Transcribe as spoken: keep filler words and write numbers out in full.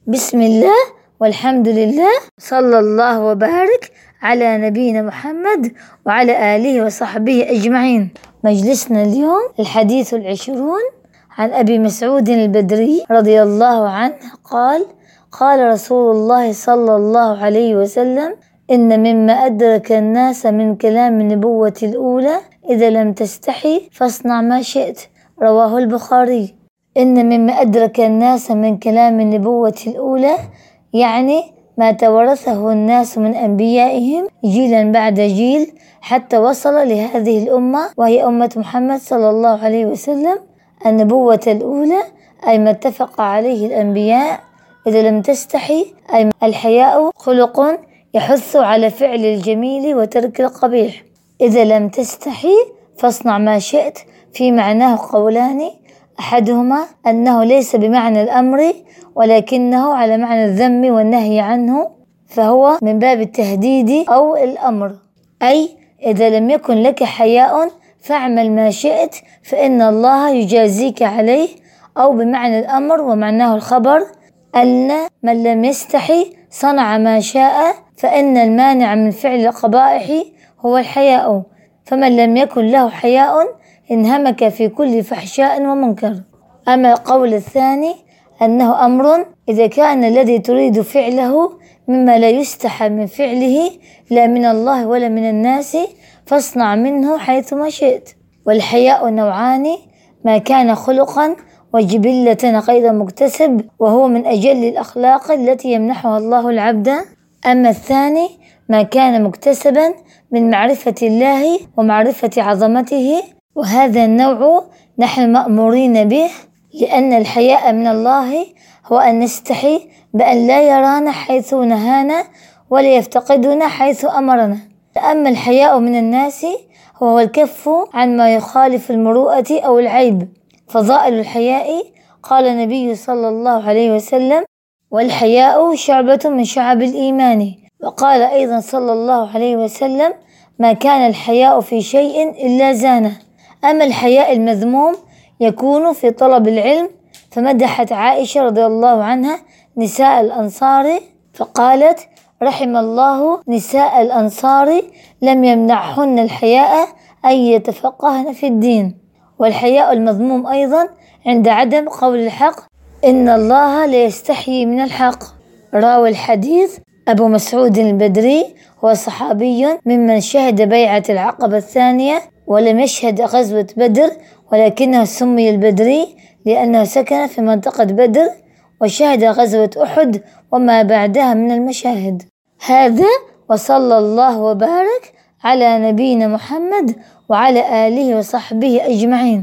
بسم الله والحمد لله، صلى الله وبارك على نبينا محمد وعلى آله وصحبه أجمعين. مجلسنا اليوم الحديث العشرون عن أبي مسعود البدري رضي الله عنه قال: قال رسول الله صلى الله عليه وسلم: إن مما أدرك الناس من كلام النبوة الأولى إذا لم تستحي فاصنع ما شئت، رواه البخاري. إن مما أدرك الناس من كلام النبوة الأولى يعني ما تورثه الناس من أنبيائهم جيلا بعد جيل حتى وصل لهذه الأمة وهي أمة محمد صلى الله عليه وسلم. النبوة الأولى أي ما اتفق عليه الأنبياء. إذا لم تستحي أي الحياء خلق يحث على فعل الجميل وترك القبيح. إذا لم تستحي فاصنع ما شئت في معناه قولان، أحدهما أنه ليس بمعنى الأمر ولكنه على معنى الذم والنهي عنه، فهو من باب التهديد أو الأمر، أي إذا لم يكن لك حياء فاعمل ما شئت فإن الله يجازيك عليه، أو بمعنى الأمر ومعناه الخبر أن من لم يستحي صنع ما شاء، فإن المانع من فعل القبائح هو الحياء، فمن لم يكن له حياء انهمك في كل فحشاء ومنكر. أما القول الثاني أنه أمر إذا كان الذي تريد فعله مما لا يستحى من فعله لا من الله ولا من الناس فاصنع منه حيث ما شئت. والحياء نوعان: ما كان خلقا وجبلة غير مكتسب وهو من أجل الأخلاق التي يمنحها الله العبد. أما الثاني ما كان مكتسبا من معرفة الله ومعرفة عظمته، وهذا النوع نحن مأمورين به، لأن الحياء من الله هو أن نستحي بأن لا يرانا حيث نهانا ولا يفتقدنا حيث أمرنا. أما الحياء من الناس هو الكف عن ما يخالف المروءة أو العيب. فضائل الحياء: قال النبي صلى الله عليه وسلم: والحياء شعبة من شعب الإيمان. وقال أيضا صلى الله عليه وسلم: ما كان الحياء في شيء إلا زانه. أما الحياء المذموم يكون في طلب العلم، فمدحت عائشة رضي الله عنها نساء الأنصار فقالت: رحم الله نساء الأنصار لم يمنعهن الحياء أن يتفقهن في الدين. والحياء المذموم أيضا عند عدم قول الحق: إن الله لا يستحيي من الحق. راوي الحديث أبو مسعود البدري، هو صحابي ممن شهد بيعة العقبة الثانية ولم يشهد غزوة بدر، ولكنه سمي البدري لأنه سكن في منطقة بدر وشهد غزوة أحد وما بعدها من المشاهد. هذا، وصلى الله وبارك على نبينا محمد وعلى آله وصحبه أجمعين.